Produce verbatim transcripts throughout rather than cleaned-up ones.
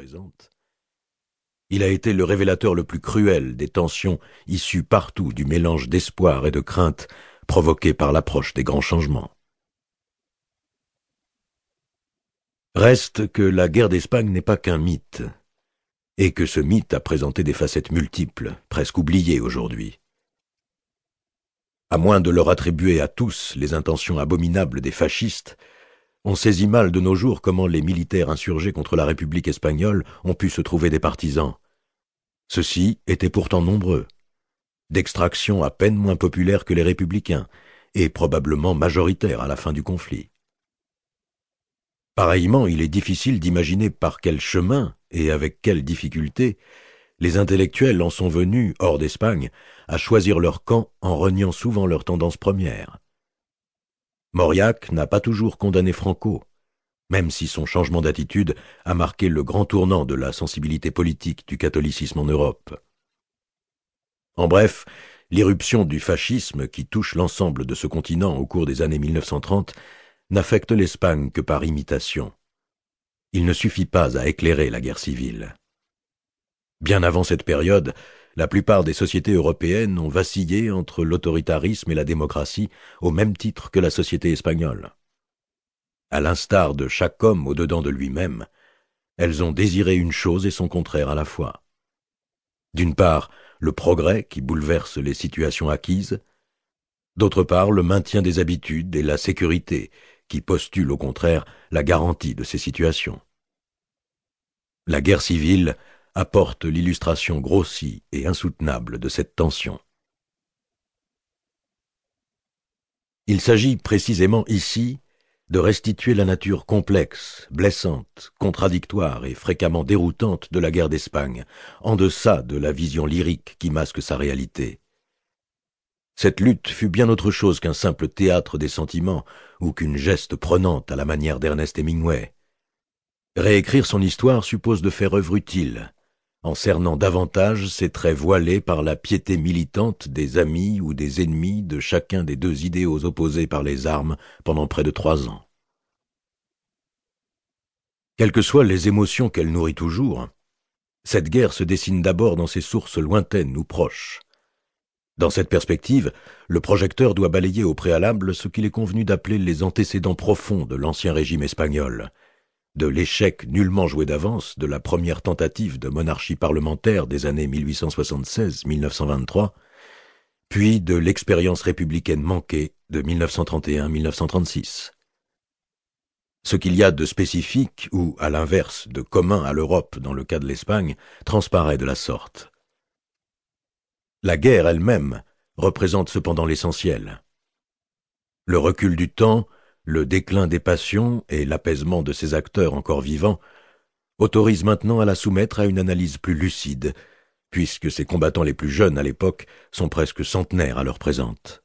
présente, il a été le révélateur le plus cruel des tensions issues partout du mélange d'espoir et de crainte provoqué par l'approche des grands changements. Reste que la guerre d'Espagne n'est pas qu'un mythe, et que ce mythe a présenté des facettes multiples, presque oubliées aujourd'hui. À moins de leur attribuer à tous les intentions abominables des fascistes, on saisit mal de nos jours comment les militaires insurgés contre la République espagnole ont pu se trouver des partisans. Ceux-ci étaient pourtant nombreux, d'extraction à peine moins populaire que les républicains, et probablement majoritaires à la fin du conflit. Pareillement, il est difficile d'imaginer par quel chemin et avec quelle difficulté les intellectuels en sont venus, hors d'Espagne, à choisir leur camp en reniant souvent leurs tendances premières. Mauriac n'a pas toujours condamné Franco, même si son changement d'attitude a marqué le grand tournant de la sensibilité politique du catholicisme en Europe. En bref, l'irruption du fascisme qui touche l'ensemble de ce continent au cours des années mille neuf cent trente n'affecte l'Espagne que par imitation. Il ne suffit pas à éclairer la guerre civile. Bien avant cette période, la plupart des sociétés européennes ont vacillé entre l'autoritarisme et la démocratie au même titre que la société espagnole. À l'instar de chaque homme au-dedans de lui-même, elles ont désiré une chose et son contraire à la fois. D'une part, le progrès qui bouleverse les situations acquises, d'autre part, le maintien des habitudes et la sécurité qui postulent au contraire la garantie de ces situations. La guerre civile apporte l'illustration grossie et insoutenable de cette tension. Il s'agit précisément ici de restituer la nature complexe, blessante, contradictoire et fréquemment déroutante de la guerre d'Espagne, en deçà de la vision lyrique qui masque sa réalité. Cette lutte fut bien autre chose qu'un simple théâtre des sentiments ou qu'une geste prenante à la manière d'Ernest Hemingway. Réécrire son histoire suppose de faire œuvre utile, en cernant davantage ses traits voilés par la piété militante des amis ou des ennemis de chacun des deux idéaux opposés par les armes pendant près de trois ans. Quelles que soient les émotions qu'elle nourrit toujours, cette guerre se dessine d'abord dans ses sources lointaines ou proches. Dans cette perspective, le projecteur doit balayer au préalable ce qu'il est convenu d'appeler les antécédents profonds de l'ancien régime espagnol, de l'échec nullement joué d'avance de la première tentative de monarchie parlementaire des années mille huit cent soixante-seize à mille neuf cent vingt-trois, puis de l'expérience républicaine manquée de mille neuf cent trente et un à mille neuf cent trente-six. Ce qu'il y a de spécifique ou, à l'inverse, de commun à l'Europe dans le cas de l'Espagne, transparaît de la sorte. La guerre elle-même représente cependant l'essentiel. Le recul du temps, le déclin des passions et l'apaisement de ses acteurs encore vivants autorisent maintenant à la soumettre à une analyse plus lucide, puisque ses combattants les plus jeunes à l'époque sont presque centenaires à l'heure présente.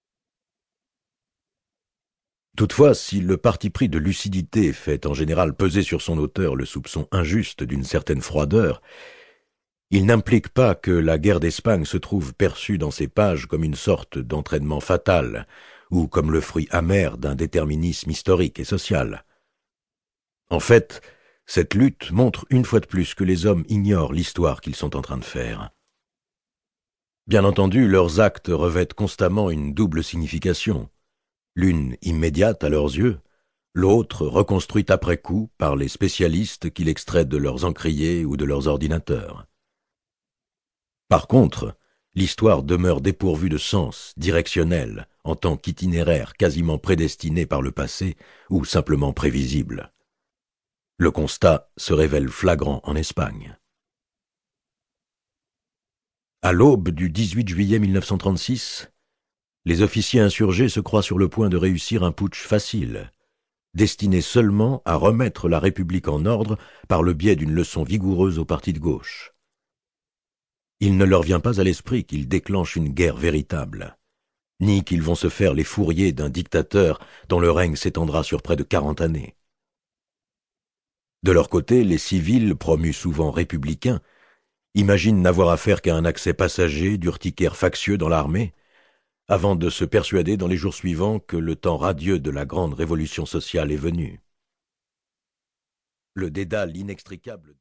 Toutefois, si le parti pris de lucidité fait en général peser sur son auteur le soupçon injuste d'une certaine froideur, il n'implique pas que la guerre d'Espagne se trouve perçue dans ces pages comme une sorte d'entraînement fatal, ou comme le fruit amer d'un déterminisme historique et social. En fait, cette lutte montre une fois de plus que les hommes ignorent l'histoire qu'ils sont en train de faire. Bien entendu, leurs actes revêtent constamment une double signification, l'une immédiate à leurs yeux, l'autre reconstruite après coup par les spécialistes qui l'extraient de leurs encriers ou de leurs ordinateurs. Par contre, l'histoire demeure dépourvue de sens, directionnel, en tant qu'itinéraire quasiment prédestiné par le passé ou simplement prévisible. Le constat se révèle flagrant en Espagne. À l'aube du dix-huit juillet mille neuf cent trente-six, les officiers insurgés se croient sur le point de réussir un putsch facile, destiné seulement à remettre la République en ordre par le biais d'une leçon vigoureuse au parti de gauche. Il ne leur vient pas à l'esprit qu'ils déclenchent une guerre véritable, ni qu'ils vont se faire les fourriers d'un dictateur dont le règne s'étendra sur près de quarante années. De leur côté, les civils, promus souvent républicains, imaginent n'avoir affaire qu'à un accès passager d'urticaire factieux dans l'armée, avant de se persuader dans les jours suivants que le temps radieux de la grande révolution sociale est venu. Le dédale inextricable